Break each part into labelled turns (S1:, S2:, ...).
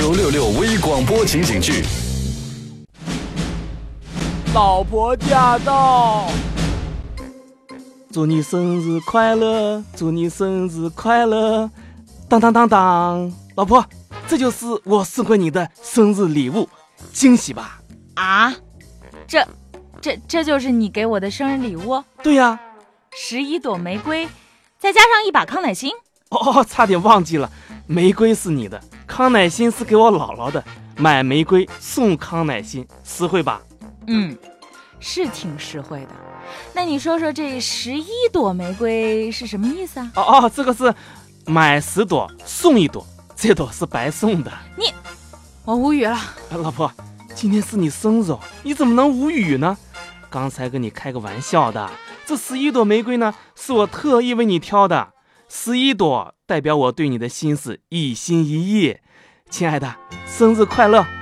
S1: 1966微广播情景剧。
S2: 老婆驾到！
S3: 祝你生日快乐，祝你生日快乐！当当当当，老婆，这就是我送给你的生日礼物，惊喜吧？
S4: 啊，这就是你给我的生日礼物？
S3: 对呀
S4: ，11朵玫瑰，再加上一把康乃馨。
S3: 哦，差点忘记了，玫瑰是你的，康乃馨是给我姥姥的，买玫瑰送康乃馨，实惠吧？
S4: 是挺实惠的。那你说说这11朵玫瑰是什么意思啊？
S3: 这个是买10朵送1朵，这朵是白送的。
S4: 我无语了。
S3: 老婆，今天是你生日，你怎么能无语呢？刚才跟你开个玩笑的，这11朵玫瑰呢，是我特意为你挑的，11朵代表我对你的心思一心一意。亲爱的，生日快乐！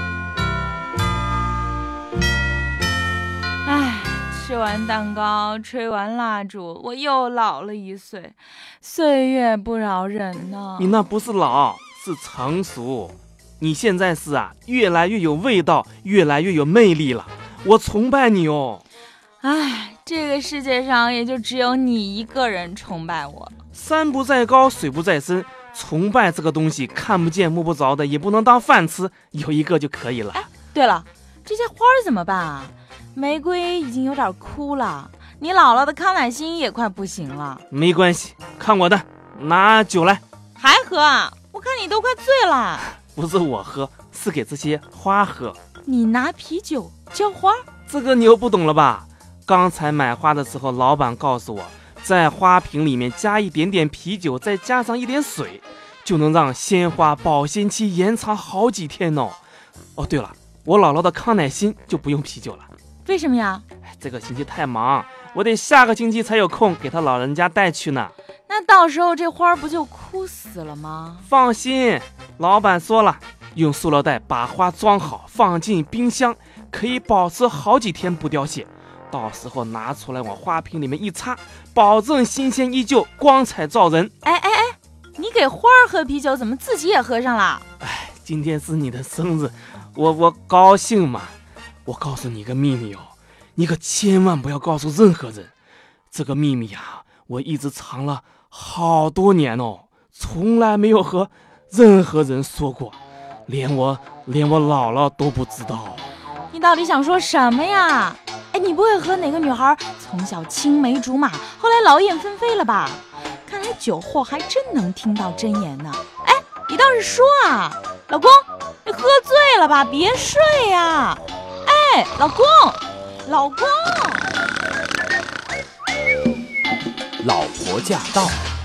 S4: 吃完蛋糕，吹完蜡烛，我又老了1岁，岁月不饶人呢。
S3: 你那不是老，是成熟。你现在是越来越有味道，越来越有魅力了，我崇拜你哦。
S4: 这个世界上也就只有你一个人崇拜我。
S3: 山不在高，水不在深，崇拜这个东西看不见摸不着的，也不能当饭吃，有一个就可以了。
S4: 对了，这些花怎么办啊？玫瑰已经有点枯了，你姥姥的康乃馨也快不行了。
S3: 没关系，看我的，拿酒来。
S4: 还喝啊？我看你都快醉了。
S3: 不是我喝，是给这些花喝。
S4: 你拿啤酒浇花？
S3: 这个你又不懂了吧？刚才买花的时候，老板告诉我，在花瓶里面加一点点啤酒，再加上一点水，就能让鲜花保鲜期延长好几天哦。对了，我姥姥的康乃馨就不用啤酒了。
S4: 为什么呀？
S3: 这个星期太忙，我得下个星期才有空给他老人家带去呢。
S4: 那到时候这花不就枯死了吗？
S3: 放心，老板说了，用塑料袋把花装好，放进冰箱，可以保持好几天不凋谢。到时候拿出来往花瓶里面一插，保证新鲜依旧，光彩照人。
S4: 你给花喝啤酒，怎么自己也喝上了？
S3: 今天是你的生日，我高兴嘛。我告诉你个秘密哦，你可千万不要告诉任何人。这个秘密我一直藏了好多年哦，从来没有和任何人说过，连我姥姥都不知道。
S4: 你到底想说什么呀？你不会和哪个女孩从小青梅竹马，后来劳燕分飞了吧？看来酒后还真能听到真言呢。你倒是说啊，老公，你喝醉了吧？别睡呀！老公，
S2: 老婆驾到！